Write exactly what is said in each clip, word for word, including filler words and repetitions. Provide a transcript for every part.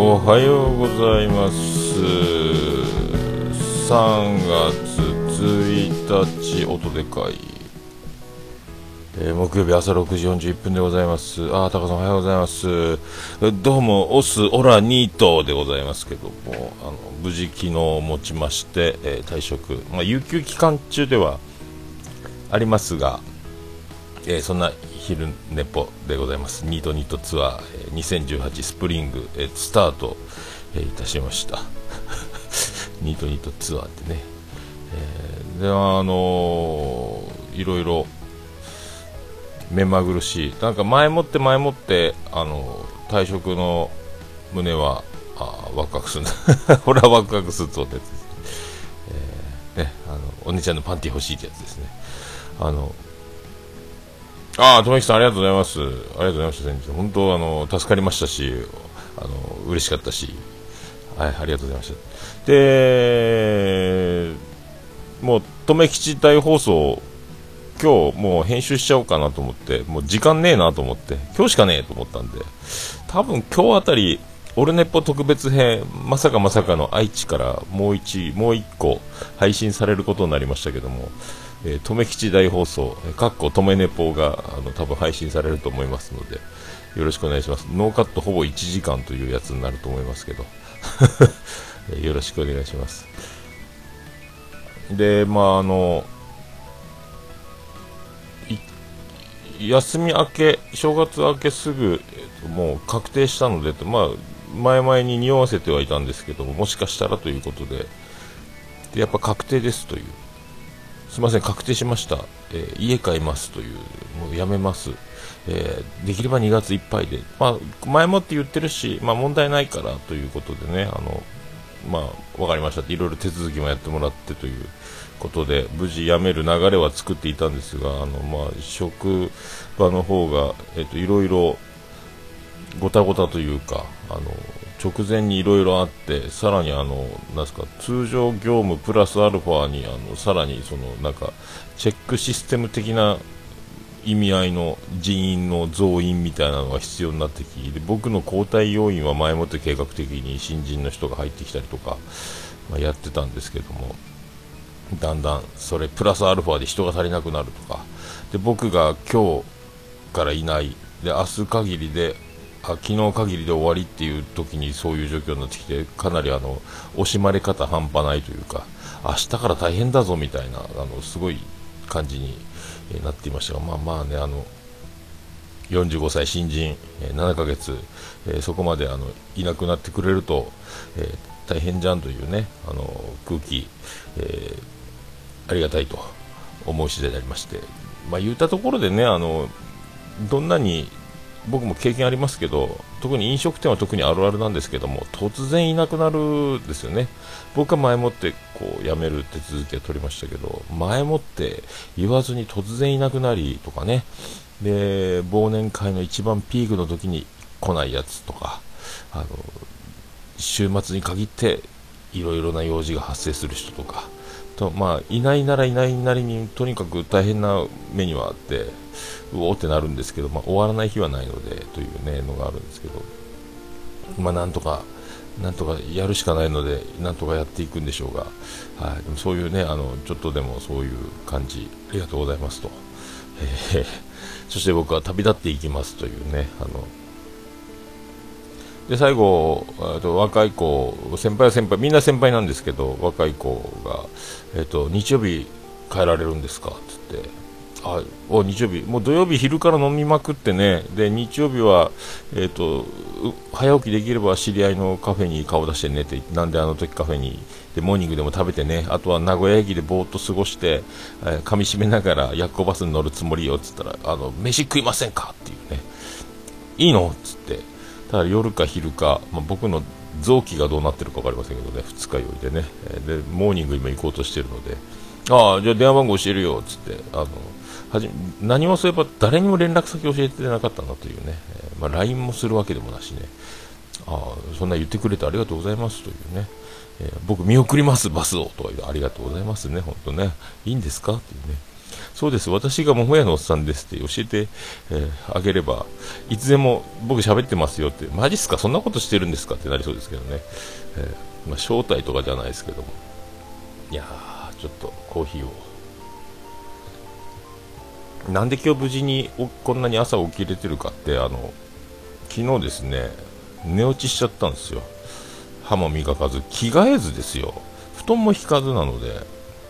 おはようございます。さんがつついたち音でかい、えー、木曜日朝ろくじよんじゅういっぷんでございます。あー、タカさんおはようございます。どうもオスオラニートでございますけども、あの無事昨日持ちまして、えー、退職、まあ、有給期間中ではありますが、えー、そんな昼寝ぽでございます。ニートニートツアー、えー、にせんじゅうはちスプリング、えー、スタート、えー、いたしましたニートニートツアーってね、えー、であのー、いろいろ目まぐるしい、なんか前もって前もってあのー、退職の胸はあワクワクするんだほらワクワクするぞってやつです、えーね、あのお姉ちゃんのパンティ欲しいってやつですね。あのああ、とめきさんありがとうございます。ありがとうございました。先日本当あの助かりましたし、あの嬉しかったし、はい、ありがとうございました。で、もうとめきち大放送今日もう編集しちゃおうかなと思って、もう時間ねえなと思って、今日しかねえと思ったんで、多分今日あたりオルネポ特別編、まさかまさかの愛知からもう一もう一個配信されることになりましたけども。えー、とめきち大放送、かっことめネポがあの多分配信されると思いますので、よろしくお願いします。ノーカットほぼいちじかんというやつになると思いますけど、えー、よろしくお願いします。で、まああの休み明け、正月明けすぐ、えー、もう確定したので、まあ前々に匂わせてはいたんですけども、もしかしたらということで、でやっぱ確定ですという。すみません、確定しました、えー、家買いますという、もうやめます、えー、できればにがついっぱいで、まあ、前もって言ってるし、まあ、問題ないからということでね、あの、まあ、わかりましたって、いろいろ手続きもやってもらってということで、無事辞める流れは作っていたんですが、あの、まあ、職場の方が、えっと、いろいろごたごたというか、あの、直前にいろいろあって、さらにあのなんすか通常業務プラスアルファにあのさらにそのなんかチェックシステム的な意味合いの人員の増員みたいなのが必要になってきて、僕の交代要員は前もって計画的に新人の人が入ってきたりとか、まあ、やってたんですけども、だんだんそれプラスアルファで人が足りなくなるとかで、僕が今日からいないで明日限りで昨日限りで終わりっていう時にそういう状況になってきて、かなりあの惜しまれ方半端ないというか、明日から大変だぞみたいなあのすごい感じになっていましたが、まあまあね、あのよんじゅうごさい新人ななかげつ、えー、そこまであのいなくなってくれると、えー、大変じゃんというね、あの空気、えー、ありがたいと思う次第でありまして、まあ、言ったところでね、あのどんなに僕も経験ありますけど、特に飲食店は特にあるあるなんですけども、突然いなくなるですよね。僕は前もってこう辞める手続きを取りましたけど、前もって言わずに突然いなくなりとかね、で忘年会の一番ピークの時に来ないやつとか、あの週末に限っていろいろな用事が発生する人とかと、まあ、いないならいないなりにとにかく大変な目にはあって、うおーってなるんですけど、まあ、終わらない日はないのでという、ね、のがあるんですけど、まあ、なんとかなんとかやるしかないのでなんとかやっていくんでしょうが、はい、でもそういうね、あのちょっとでもそういう感じありがとうございますと、えー、そして僕は旅立っていきますというね、あので最後と若い子、先輩は先輩、みんな先輩なんですけど、若い子が、えー、と日曜日帰られるんですかって言って、あお日曜日、もう土曜日昼から飲みまくってね、で日曜日は、えー、と早起きできれば知り合いのカフェに顔出して寝て、なんであの時カフェにでモーニングでも食べてね、あとは名古屋駅でぼーっと過ごして、えー、噛み締めながら夜行バスに乗るつもりよって言ったら、あの飯食いませんかっていうね、いいのっつって、ただ夜か昼か、まあ、僕の臓器がどうなってるか分かりませんけどね、ふつか酔いでね、でモーニング今行こうとしてるので、ああじゃあ電話番号教えるよっつって、あのはじ何もそういえば誰にも連絡先教えてなかったなというね、えーまあ、ライン もするわけでもなしね、ああそんな言ってくれてありがとうございますというね、えー、僕見送りますバスをとか言う、ありがとうございますね、本当ね、いいんですかっていうね、 そうです、私が桃屋のおっさんですって教えて、えーあげれば、いつでも僕喋ってますよって、マジっすか、そんなことしてるんですかってなりそうですけどね、えーまあ、正体とかじゃないですけども、いやー、ちょっとコーヒーを。なんで今日無事におこんなに朝起きれてるかって、あの昨日ですね、寝落ちしちゃったんですよ。歯も磨かず、着替えずですよ、布団も引かずなので、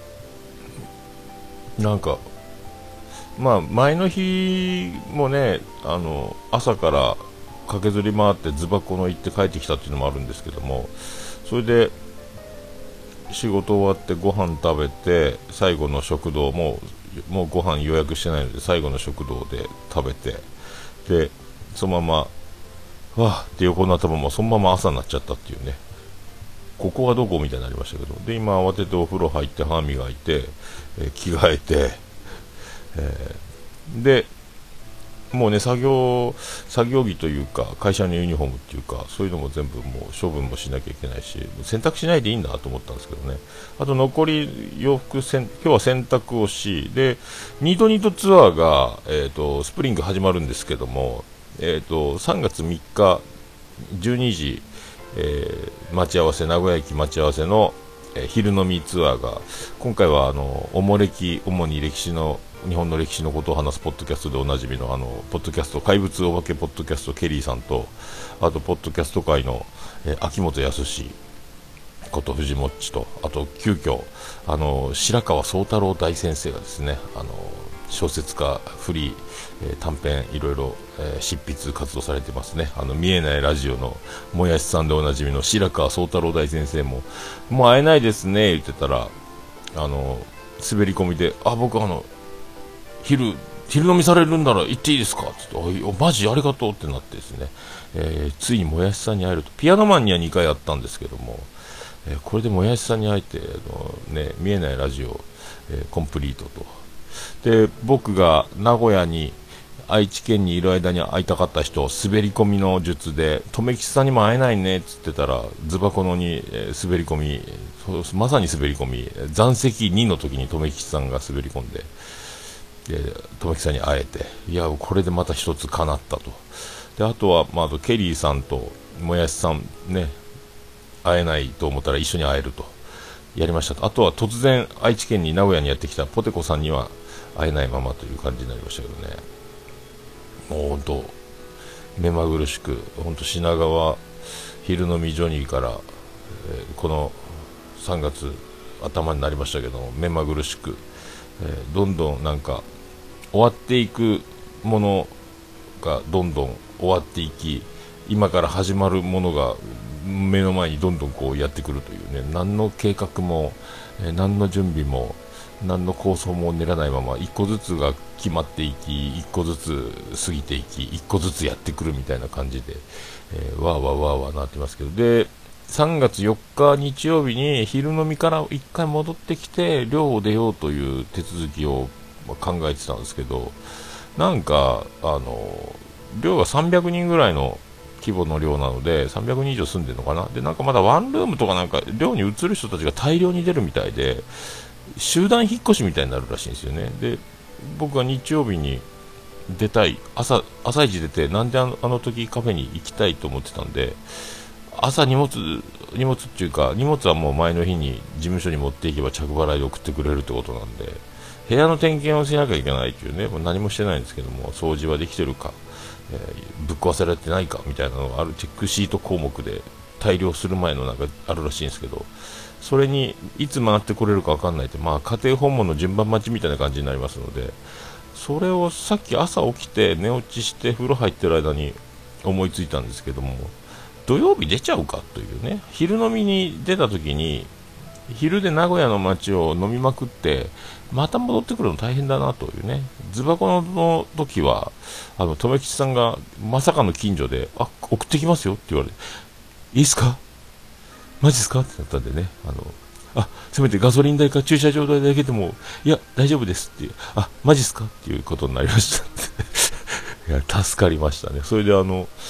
なんかまあ前の日もね、あの朝から駆けずり回ってズバコの行って帰ってきたっていうのもあるんですけども、それで仕事終わってご飯食べて、最後の食堂もうもうご飯予約してないので最後の食堂で食べて、でそのままわーって横になったままそのまま朝になっちゃったっていうね、ここはどこみたいになりましたけど、で今慌ててお風呂入って歯磨いて、えー着替えて、えーでもうね、作業作業着というか会社のユニフォームっていうか、そういうのも全部もう処分もしなきゃいけないし、洗濯しないでいいんだと思ったんですけどね。あと残り洋服せん今日は洗濯をし、でニートニートツアーが、えー、とスプリング始まるんですけども、えー、とさんがつみっかじゅうにじ、えー待ち合わせ、名古屋駅待ち合わせの、えー昼飲みツアーが、今回はあのおもれき、主に歴史の日本の歴史のことを話すポッドキャストでおなじみのあのポッドキャスト怪物お化けポッドキャストケリーさんと、あとポッドキャスト界の、えー秋元康こと藤もっちと、あと急遽あの白川宗太郎大先生がですね、あの小説家、フリー、えー短編いろいろ、えー執筆活動されてますね。あの見えないラジオのもやしさんでおなじみの白川宗太郎大先生ももう会えないですね言ってたら、あの滑り込みで、あ僕あの昼昼飲みされるんなら行っていいですかって言って、おマジありがとうってなってですね、えーついにもやしさんに会えると。ピアノマンにはにかい会ったんですけども、えーこれでもやしさんに会えて、あの、ね、見えないラジオ、えーコンプリートと。で僕が名古屋に愛知県にいる間に会いたかった人、滑り込みの術で留吉さんにも会えないねっつってたら、ズバコのに、えー滑り込み、そうまさに滑り込み、残席にの時に留吉さんが滑り込んで、で留吉さんに会えて、いやこれでまた一つ叶ったと。であとは、まあ、あとケリーさんともやしさんね、会えないと思ったら一緒に会えるとやりましたと。あとは突然愛知県に名古屋にやってきたポテコさんには会えないままという感じになりましたけどね。もう本当目まぐるしく、本当品川昼飲みジョニーから、えーこのさんがつ頭になりましたけども、目まぐるしく、えーどんどんなんか終わっていくものがどんどん終わっていき、今から始まるものが目の前にどんどんこうやってくるというね、何の計画も、えー何の準備も何の構想も練らないまま一個ずつが決まっていき、一個ずつ過ぎていき、一個ずつやってくるみたいな感じで、えー、わーわーわーわーなってますけど、でさんがつよっか日曜日に昼飲みからいっかい戻ってきて寮を出ようという手続きを考えてたんですけど、なんかあの寮がさんびゃくにんぐらいの規模の寮なので、さんびゃくにん以上住んでるのかな。でなんかまだワンルームとかなんか寮に移る人たちが大量に出るみたいで、集団引っ越しみたいになるらしいんですよね。で僕は日曜日に出たい、朝朝一出て、なんであの、あの時カフェに行きたいと思ってたんで、朝荷物荷物っていうか荷物はもう前の日に事務所に持っていけば着払いで送ってくれるってことなんで、部屋の点検をしなきゃいけないっていうね、もう何もしてないんですけども、掃除はできてるか、えーぶっ壊されてないかみたいなのがあるチェックシート項目で大量する前のなんかあるらしいんですけど、それにいつ回ってこれるか分かんないって、まあ家庭訪問の順番待ちみたいな感じになりますので、それをさっき朝起きて寝落ちして風呂入ってる間に思いついたんですけども、土曜日出ちゃうかというね、昼飲みに出た時に昼で名古屋の街を飲みまくってまた戻ってくるの大変だなというね。ズバコの時はあの留吉さんがまさかの近所で、あ送ってきますよって言われて、いいっすかマジっすかってなったんでね、あのあせめてガソリン代か駐車場代だけでも、いや大丈夫ですっていう、あマジっすかっていうことになりましたいや助かりましたね。それであの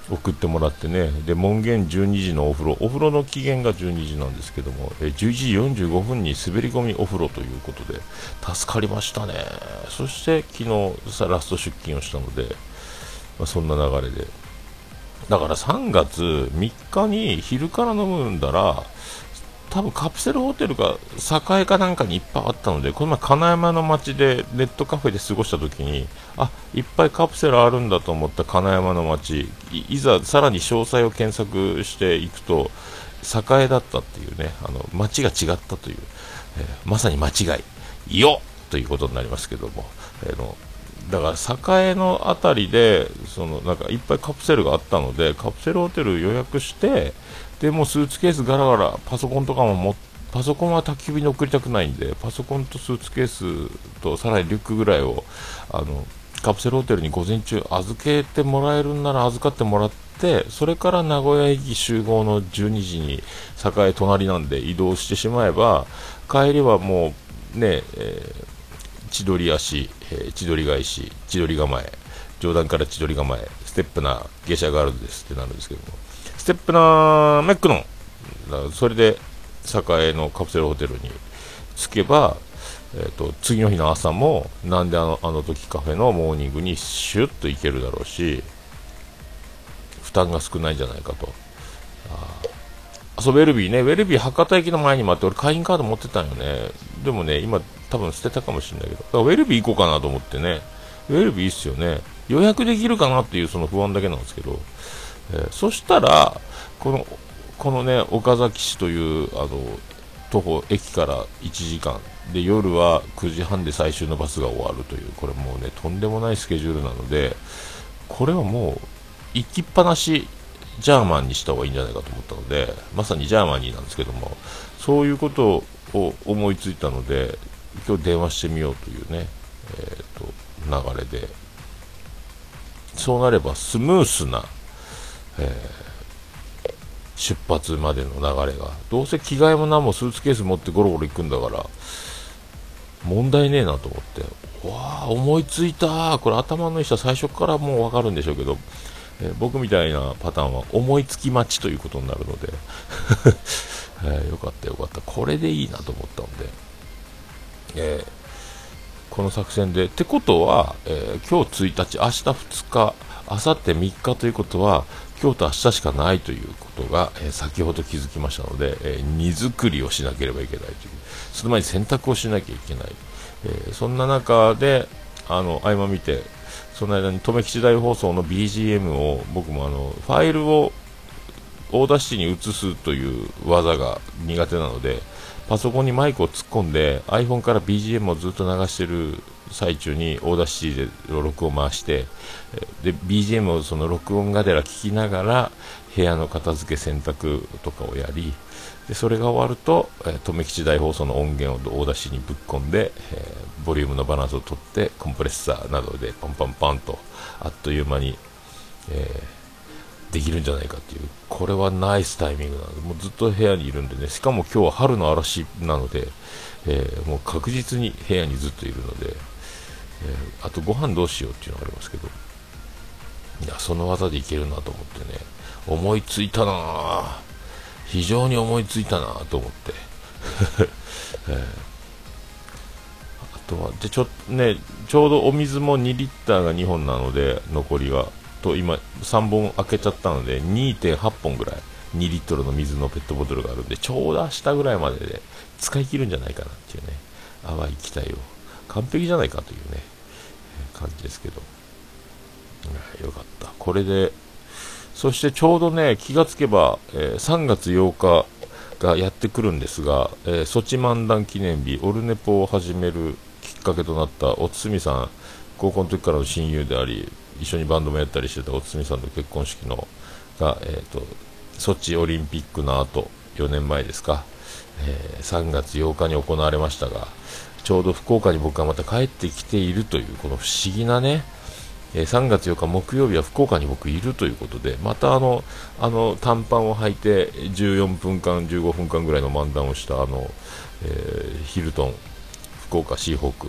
送ってもらってね、で門限じゅうにじのお風呂、お風呂の期限がじゅうにじなんですけども、えじゅういちじよんじゅうごふんに滑り込みお風呂ということで助かりましたね。そして昨日さラスト出勤をしたので、まあ、そんな流れで、だからさんがつみっかに昼から飲むんだら、多分カプセルホテルが栄かなんかにいっぱいあったので、この前金山の街でネットカフェで過ごした時に、あ、いっぱいカプセルあるんだと思った金山の街、 い, いざさらに詳細を検索していくと栄だったっていうね、あの街が違ったという、えー、まさに間違いよということになりますけども、えー、のだから栄のあたりでそのなんかいっぱいカプセルがあったので、カプセルホテル予約して、でもうスーツケースガラガラ、パソコンとかももパソコンは宅急便に送りたくないんで、パソコンとスーツケースとさらにリュックぐらいをあのカプセルホテルに午前中預けてもらえるんなら預かってもらって、それから名古屋駅集合のじゅうにじに栄隣なんで移動してしまえば、帰りはもうね、えー千鳥足、えー、千鳥返し、千鳥構え、上段から千鳥構え、ステップな下車ガールですってなるんですけども、ステップなメックの、それで栄のカプセルホテルに着けば、えーと、次の日の朝もなんであの、あの時カフェのモーニングにシュッと行けるだろうし、負担が少ないんじゃないかと。あそう、ウェルビーね、ウェルビー博多駅の前にもあって、俺会員カード持ってたんよね。でもね、今多分捨てたかもしれないけど、だからウェルビー行こうかなと思ってね。ウェルビーいいっすよね。予約できるかなっていうその不安だけなんですけど、えー、そしたらこのこのね岡崎市というあの徒歩駅からいちじかんで、夜はくじはんで最終のバスが終わるという、これもうねとんでもないスケジュールなので、これはもう行きっぱなしジャーマンにした方がいいんじゃないかと思ったので、まさにジャーマニーなんですけども、そういうことを思いついたので今日電話してみようというね、えー、と流れで、そうなればスムースな、えー、出発までの流れが、どうせ着替えも何もスーツケース持ってゴロゴロ行くんだから問題ねえなと思って、わあ思いついた、これ頭のいい人は最初からもう分かるんでしょうけど、えー、僕みたいなパターンは思いつき待ちということになるので、えー、よかったよかった、これでいいなと思ったので、えーこの作戦でってことは、えー、今日ついたち、明日ふつか、明後日みっかということは今日と明日しかないということが、えー、先ほど気づきましたので、えー、荷造りをしなければいけないという、その前に洗濯をしなきゃいけない、えー、そんな中であの合間見て、その間に留吉大放送の ビージーエム を僕もあのファイルをオーダーシティに移すという技が苦手なので、パソコンにマイクを突っ込んで iPhone から ビージーエム をずっと流している最中にオーダーシティで録音を回して、で ビージーエム をその録音がてら聞きながら部屋の片付け洗濯とかをやり、でそれが終わると留吉大放送の音源をオーダーシティにぶっ込んで、えー、ボリュームのバランスをとってコンプレッサーなどでパンパンパンとあっという間に、えーできるんじゃないかっていう、これはナイスタイミングなので、もうずっと部屋にいるんでね、しかも今日は春の嵐なので、えー、もう確実に部屋にずっといるので、えー、あとご飯どうしようっていうのがありますけど、いやその技でいけるなと思ってね、思いついたな、非常に思いついたなと思って、えー、あとはでちょ、ね、ちょうどお水もにリッターがにほんなので、残りはと今さんぼん開けちゃったので にてんはち 本ぐらいにリットルの水のペットボトルがあるんで、ちょうど明日ぐらいまでで使い切るんじゃないかなっていうね、淡い期待を、完璧じゃないかというね感じですけど、よかった、これで。そしてちょうどね気がつけば、えー、さんがつようかがやってくるんですが、えー、ソチ漫談記念日、オルネポを始めるきっかけとなったおつみさん、高校の時からの親友であり一緒にバンドもやったりしてたおつみさんの結婚式のが、えーと、ソチオリンピックの後よねんまえですか、えー、さんがつようかに行われましたが、ちょうど福岡に僕はまた帰ってきているというこの不思議なね、えー、さんがつようか木曜日は福岡に僕いるということで、またあのあの短パンを履いてじゅうよんぷんかんじゅうごふんかんぐらいの漫談をしたあの、えー、ヒルトン福岡シーホーク、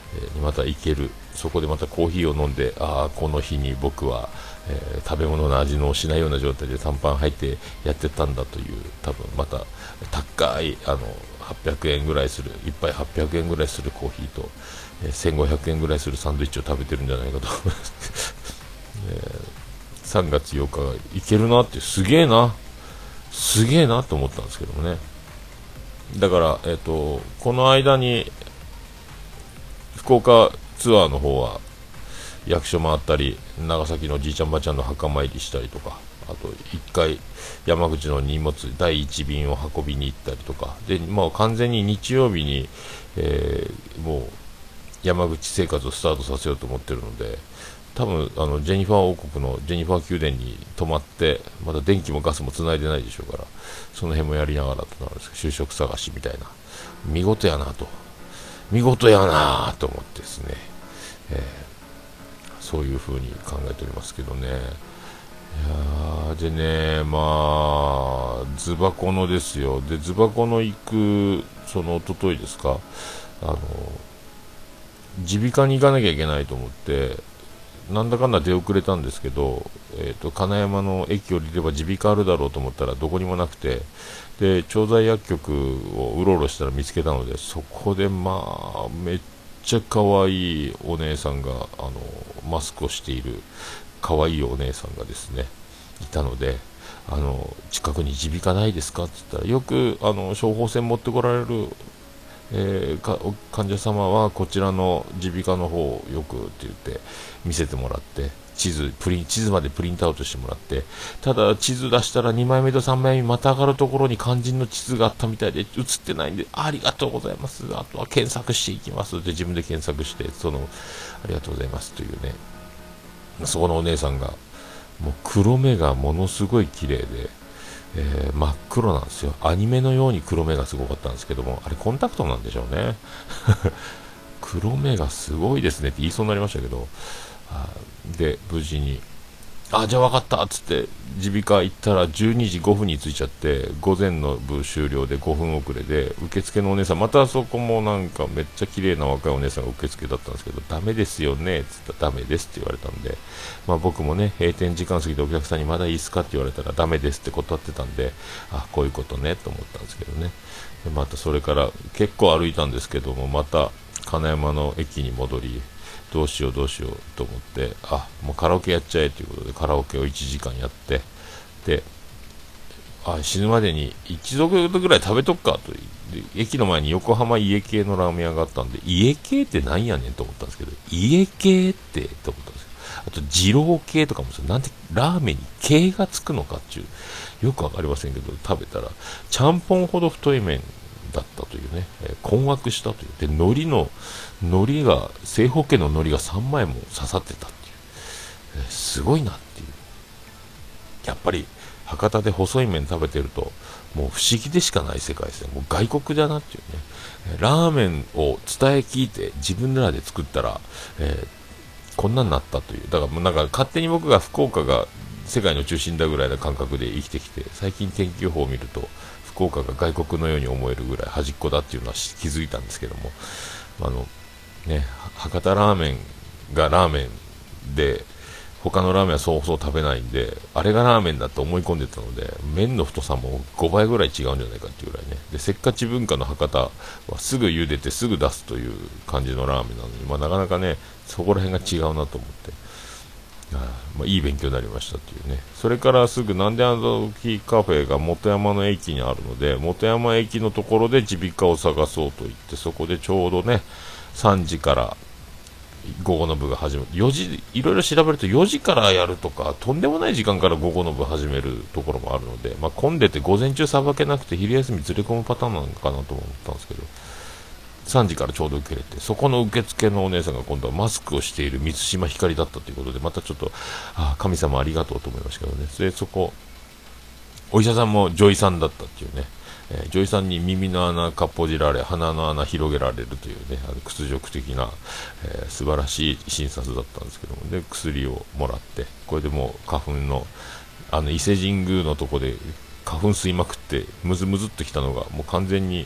えー、にまた行ける、そこでまたコーヒーを飲んで、ああこの日に僕は、えー、食べ物の味のしないような状態で短パン履いてやってたんだという、多分また高いあのはっぴゃくえんぐらいするいっぱいはっぴゃくえんぐらいするコーヒーと、えー、せんごひゃくえんぐらいするサンドイッチを食べてるんじゃないかと、えー、さんがつようかがいけるなって、すげえなすげえなと思ったんですけどもね。だから、えーと、この間に福岡ツアーの方は役所回ったり、長崎のじいちゃんばあちゃんの墓参りしたりとか、あといっかい山口の荷物だいいち便を運びに行ったりとかで、まあ、完全に日曜日に、えー、もう山口生活をスタートさせようと思ってるので、多分あのジェニファー王国のジェニファー宮殿に泊まって、まだ電気もガスもつないでないでしょうから、その辺もやりながらとなるんですけど、就職探しみたいな、見事やなと見事やなと思ってですね、えー、そういう風に考えておりますけどね。いやでね、まあズバコのですよ。でズバコの行くその一昨日ですか、あの耳鼻科に行かなきゃいけないと思って、なんだかんだ出遅れたんですけど、えーと、金山の駅降りれば耳鼻科あるだろうと思ったらどこにもなくて、で調剤薬局をうろうろしたら見つけたので、そこでまあめっちゃ可愛いお姉さんが、あのマスクをしている可愛いお姉さんがですねいたので、あの近くに耳鼻科ないですかって言ったら、よくあの処方箋持ってこられる、えー、か患者様はこちらの耳鼻科の方をよくって言って見せてもらって、地図プリン地図までプリントアウトしてもらって、ただ地図出したらにまいめとさんまいめまた上がるところに肝心の地図があったみたいで映ってないんで、ありがとうございます、あとは検索していきますって自分で検索して、そのありがとうございますというね、そこのお姉さんがもう黒目がものすごい綺麗で、えー、真っ黒なんですよ。アニメのように黒目がすごかったんですけども、あれコンタクトなんでしょうね。黒目がすごいですねって言いそうになりましたけど、で無事に、あじゃあ分かったっつって耳鼻科行ったらじゅうにじごふんに着いちゃって、午前の部終了でごふん遅れで、受付のお姉さん、またそこもなんかめっちゃ綺麗な若いお姉さんが受付だったんですけど、ダメですよねっつったらダメですって言われたんで、まあ、僕もね閉店時間過ぎてお客さんにまだいいですかって言われたらダメですって断ってたんで、あこういうことねと思ったんですけどね。でまたそれから結構歩いたんですけども、また金山の駅に戻り、どうしようどうしようと思って、あもうカラオケやっちゃえということでカラオケをいちじかんやって、であ死ぬまでに一度ぐらい食べとくかと、で駅の前に横浜家系のラーメン屋があったんで、家系ってなんやねんと思ったんですけど、家系ってと思ったんですよ。あと二郎系とかも、なんでラーメンに系がつくのかっていうよくわかりませんけど、食べたらちゃんぽんほど太い麺だったというね、えー、困惑したという。で海苔の海苔が正方形の海苔がさんまいも刺さってたっていう、えー、すごいなっていう。やっぱり博多で細い麺食べてるともう不思議でしかない世界ですね。もう外国だなっていうね、えー、ラーメンを伝え聞いて自分らで作ったら、えー、こんなになったという。だからもうなんか勝手に僕が福岡が世界の中心だぐらいの感覚で生きてきて、最近天気予報を見ると福岡が外国のように思えるぐらい端っこだっていうのは気づいたんですけども、あのね、博多ラーメンがラーメンで他のラーメンはそうそう食べないんで、あれがラーメンだと思い込んでたので、麺の太さもごばいぐらい違うんじゃないかっていうぐらいね。でせっかち文化の博多はすぐ茹でてすぐ出すという感じのラーメンなのに、まあ、なかなかねそこら辺が違うなと思って、あまあ、いい勉強になりましたっていうね。それからすぐなんであの時カフェが本山の駅にあるので、本山駅のところで耳鼻科を探そうと言って、そこでちょうどねさんじから午後の部が始める、よじいろいろ調べるとよじからやるとか、とんでもない時間から午後の部始めるところもあるので、まあ、混んでて午前中さばけなくて昼休みずれ込むパターンなのかなと思ったんですけど、さんじからちょうど受けれて、そこの受付のお姉さんが今度はマスクをしている満島ひかりだったということで、またちょっとあ神様ありがとうと思いましたけどね。でそこお医者さんも女医さんだったっていうね、えー、女医さんに耳の穴かっぽじられ鼻の穴広げられるというね、あの屈辱的な、えー、素晴らしい診察だったんですけども、で薬をもらって、これでもう花粉のあの伊勢神宮のとこで花粉吸いまくってムズムズってきたのがもう完全に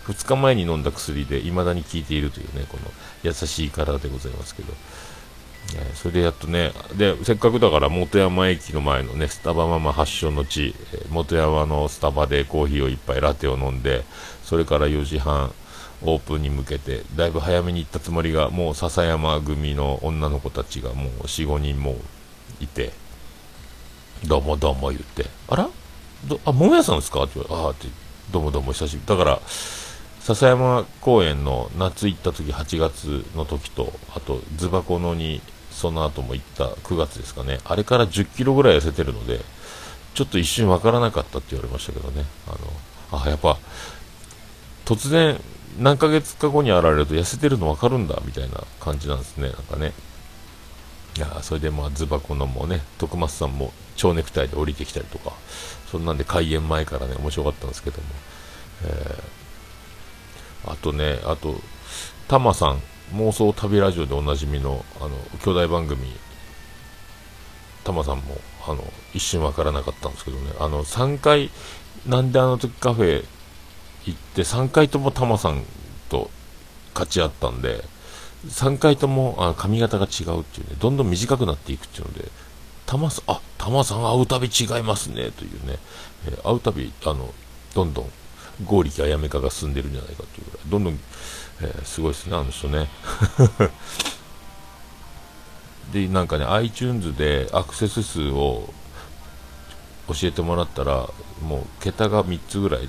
ふつかまえに飲んだ薬で未だに効いているというね、この優しい体でございますけど、えー、それでやっとね、でせっかくだから本山駅の前のね、スタバママ発祥の地、えー、本山のスタバでコーヒーを一杯ラテを飲んで、それからよじはんオープンに向けてだいぶ早めに行ったつもりが、もう笹山組の女の子たちがもう よん,ご 人もいて、どうもどうも言って、あらどあ桃屋さんですかって言われ、ああって、どうもどうも久しぶりだから、笹山公園の夏行った時はちがつの時と、あとズバコのにその後も行ったくがつですかね、あれからじゅっキロぐらい痩せてるので、ちょっと一瞬わからなかったって言われましたけどね、あのあやっぱ突然何ヶ月か後に現れると痩せてるのわかるんだみたいな感じなんですね。なんかね、いやそれでまあズバコのもね、徳松さんも蝶ネクタイで降りてきたりとか、そんなんで開演前からね面白かったんですけども、えー、あとね、あとタマさん、妄想旅ラジオでおなじみのあの兄弟番組、タマさんもあの一瞬わからなかったんですけどね、あのさんかいなんであの時カフェ行ってさんかいともタマさんと勝ち合ったんで、さんかいともあ髪型が違うっていうね、どんどん短くなっていくっていうので、タマさん、あ、タマさん会うたび違いますねというね、えー、会うたびあのどんどん剛力あやめかが進んでるんじゃないかというぐらい、どんどん、えー、すごいですね、あの人ねでなんかね iTunes でアクセス数を教えてもらったら、もう桁がみっつぐらい違った、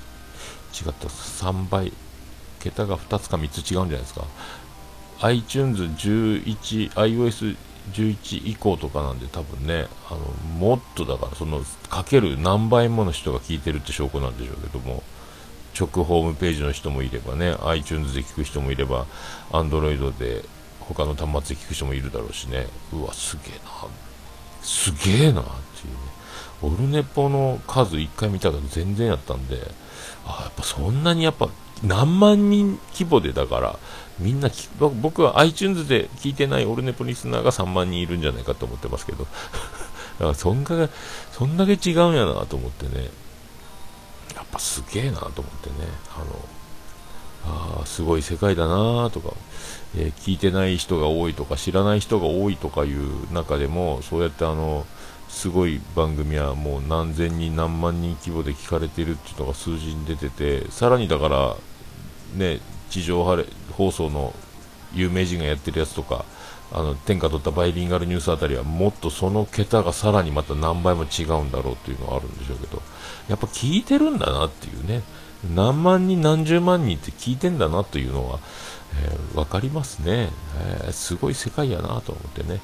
さんばい、桁がふたつかみっつ違うんじゃないですか。 iTunes じゅういち、 iOS じゅういち以降とかなんで、多分ね、あのもっとだから、そのかける何倍もの人が聞いてるって証拠なんでしょうけども、直ホームページの人もいればね、 iTunes で聞く人もいれば、 Android で他の端末で聞く人もいるだろうしね、うわすげえな、すげえなっていうね、オルネポの数いっかい見たら全然やったんで、あやっぱそんなにやっぱ何万人規模で、だからみんなき僕は iTunes で聞いてないオルネポリスナーがさんまんにんいるんじゃないかと思ってますけどだからそんがそんだけ違うんやなと思ってね、やっぱすげえなと思ってね、あのあーすごい世界だなとか、えー聞いてない人が多いとか知らない人が多いとかいう中でも、そうやってあのすごい番組はもう何千人何万人規模で聞かれているっていうのが数字に出てて、さらにだからね、地上波放送の有名人がやってるやつとか、あの天下取ったバイリンガルニュースあたりはもっとその桁がさらにまた何倍も違うんだろうというのはあるんでしょうけど、やっぱ聞いてるんだなっていうね、何万人何十万人って聞いてんだなというのは、えー、分かりますね、えー、すごい世界やなと思ってね。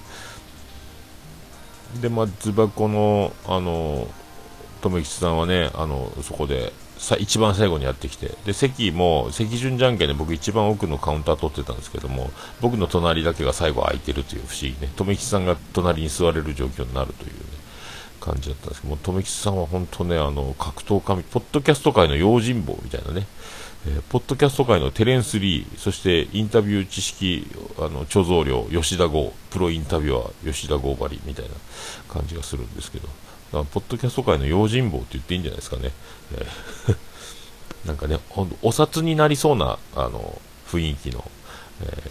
でまあズバコのあの留吉さんはね、あのそこでさ一番最後にやってきて、で席も席順じゃんけんで僕一番奥のカウンター取ってたんですけども、僕の隣だけが最後空いてるという不思議ね、留吉さんが隣に座れる状況になるという、ね、感じだったんですけども、留吉さんは本当ね、あの格闘家、ポッドキャスト界の用心棒みたいなね、えー、ポッドキャスト界のテレンス・リー、そしてインタビュー知識あの貯蔵量吉田剛、プロインタビュアー吉田剛張りみたいな感じがするんですけど、だからポッドキャスト界の用心棒って言っていいんじゃないですかね、えーなんかね、ほんとお札になりそうなあの雰囲気の、えー、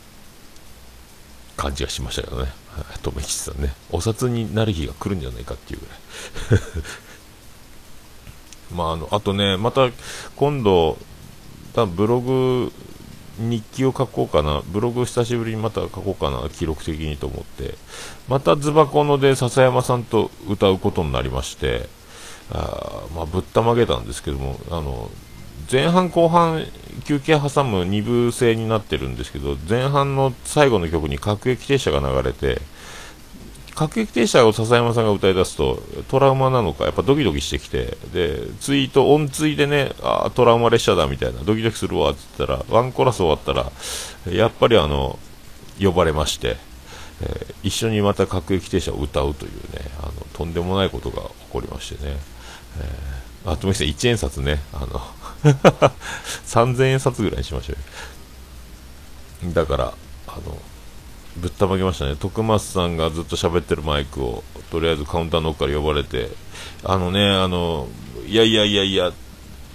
感じがしましたけどね、留吉さんね、お札になる日が来るんじゃないかっていうぐらいまあ、あのあとね、また今度多分ブログ日記を書こうかな、ブログ久しぶりにまた書こうかな、記録的にと思って、またズバコので笹山さんと歌うことになりまして、あまあぶったまげたんですけども、あの前半後半休憩挟むに部制になってるんですけど、前半の最後の曲に各駅停車が流れて、各駅停車を笹山さんが歌い出すとトラウマなのかやっぱドキドキしてきて、でツイート音ツイでね、あトラウマ列車だみたいな、ドキドキするわって言ったら、ワンコラス終わったらやっぱりあの呼ばれまして、えー、一緒にまた各駅停車を歌うというね、あのとんでもないことが起こりましてね、えー、あともう一ついちえん札ね、あのさんぜんえん札ぐらいにしましょうよ。だからあのぶったまげましたね。徳松さんがずっと喋ってるマイクをとりあえずカウンターの奥から呼ばれて、あのね、あのいやいやいやいや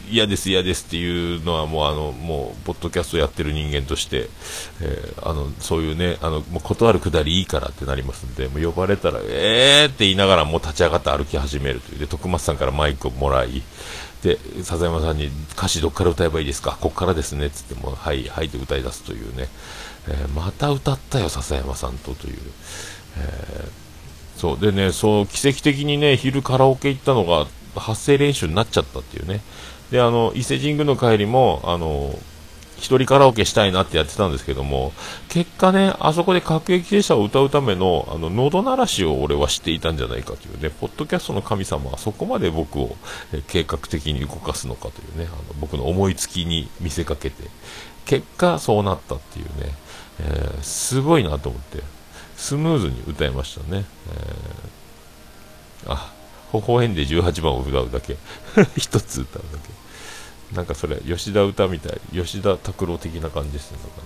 嫌です嫌ですっていうのはもうあのもうポッドキャストやってる人間として、えー、あのそういうねあのもう断るくだりいいからってなりますんで、もう呼ばれたらえーって言いながらもう立ち上がって歩き始めるというで、徳松さんからマイクをもらい、で笹山さんに歌詞どっから歌えばいいですか、こっからですねっつってもはいはいと歌い出すというね、えー、また歌ったよ笹山さんとという、えー、そうでね、そう奇跡的にね昼カラオケ行ったのが発声練習になっちゃったっていうね。であの伊勢神宮の帰りもあの一人カラオケしたいなってやってたんですけども、結果ねあそこで各駅停車を歌うためのあの喉鳴らしを俺は知っていたんじゃないかというね、ポッドキャストの神様はそこまで僕をえ計画的に動かすのかというね、あの僕の思いつきに見せかけて結果そうなったっていうね、えー、すごいなと思ってスムーズに歌いましたね。えー、あ微笑んでじゅうはちばんを歌うだけ一つ歌うだけ、なんかそれ吉田歌みたい、吉田拓郎的な感じですね。なんか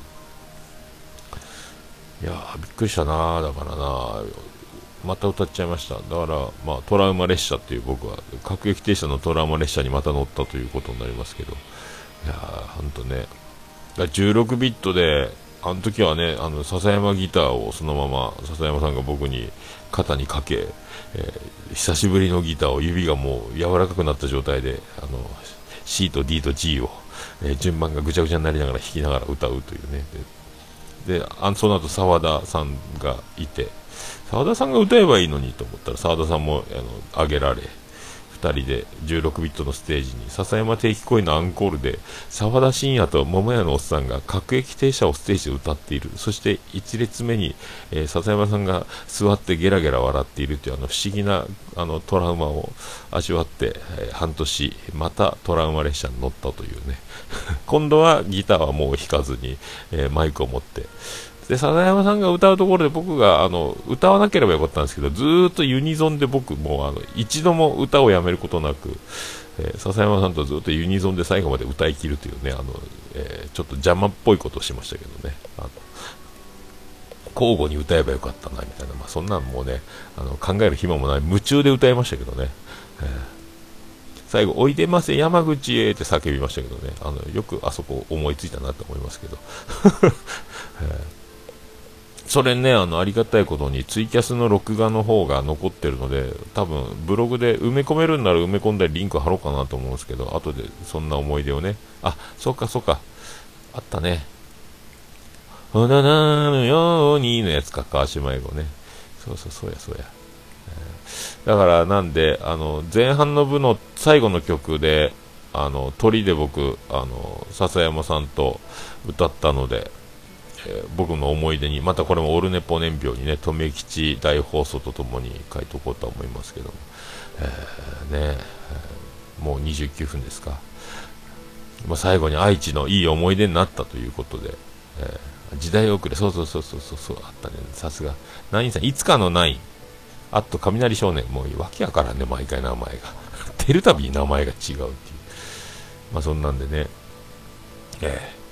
ね、いやーびっくりしたなー。だからなまた歌っちゃいました。だからまあトラウマ列車っていう僕は各駅停車のトラウマ列車にまた乗ったということになりますけど、いやーほんとね、だじゅうろくビットであの時はねあの笹山ギターをそのまま笹山さんが僕に肩にかけ、えー、久しぶりのギターを指がもう柔らかくなった状態であの C と D と G を、えー、順番がぐちゃぐちゃになりながら弾きながら歌うというね。でであその後澤田さんがいて、澤田さんが歌えばいいのにと思ったら澤田さんもあの上げられ、ふたりでじゅうろくビットのステージに笹山定期公演のアンコールで澤田信也と桃屋のおっさんが各駅停車をステージで歌っている。そしていち列目に、えー、笹山さんが座ってゲラゲラ笑っているというあの不思議なあのトラウマを味わって、えー、半年またトラウマ列車に乗ったというね今度はギターはもう弾かずに、えー、マイクを持ってで笹山さんが歌うところで僕があの歌わなければよかったんですけど、ずーっとユニゾンで僕もうあの一度も歌をやめることなく、えー、笹山さんとずっとユニゾンで最後まで歌い切るというね、あの、えー、ちょっと邪魔っぽいことをしましたけどね、あの交互に歌えばよかったなみたいな、まあ、そんなんもうねあの考える暇もない夢中で歌いましたけどね、えー、最後おいでませ山口へって叫びましたけどね、あのよくあそこ思いついたなと思いますけど、えーそれね、あのありがたいことにツイキャスの録画の方が残ってるので、多分ブログで埋め込めるんなら埋め込んだりリンク貼ろうかなと思うんですけど、後でそんな思い出をね、あ、そうかそうか、あったね、ほななのようにのやつか、川島英語ね、そうそうそうやそうや、えー、だからなんであの前半の部の最後の曲であの鳥で僕あの笹山さんと歌ったので、えー、僕の思い出にまたこれもオルネポ年表にね留吉大放送とともに書いておこうと思いますけども、えー、ね、えー、もうにじゅうきゅうふんですか、まあ、最後に愛知のいい思い出になったということで、えー、時代遅れ、そうそうそうそうそうあったね、さすがナインさん、いつかのナインあと雷少年、もうわけやからね毎回名前が出るたびに名前が違うっていう、まあそんなんでね、えー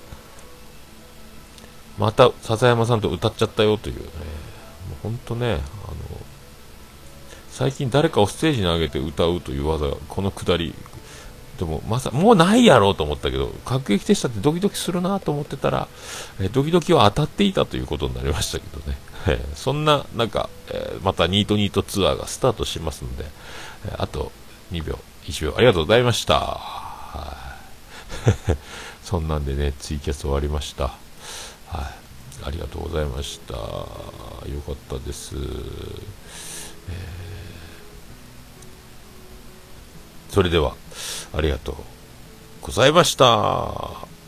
また笹山さんと歌っちゃったよという、ね、もう本当ね、あの最近誰かをステージに上げて歌うという技がこのくだりでもまさもうないやろうと思ったけど、各駅停車ってドキドキするなと思ってたら、えドキドキは当たっていたということになりましたけどね、えー、そんななんか、えー、またニートニートツアーがスタートしますので、えー、あとにびょういちびょうありがとうございました。はいそんなんでねツイキャス終わりました。はい、ありがとうございました。よかったです。えー、それではありがとうございました。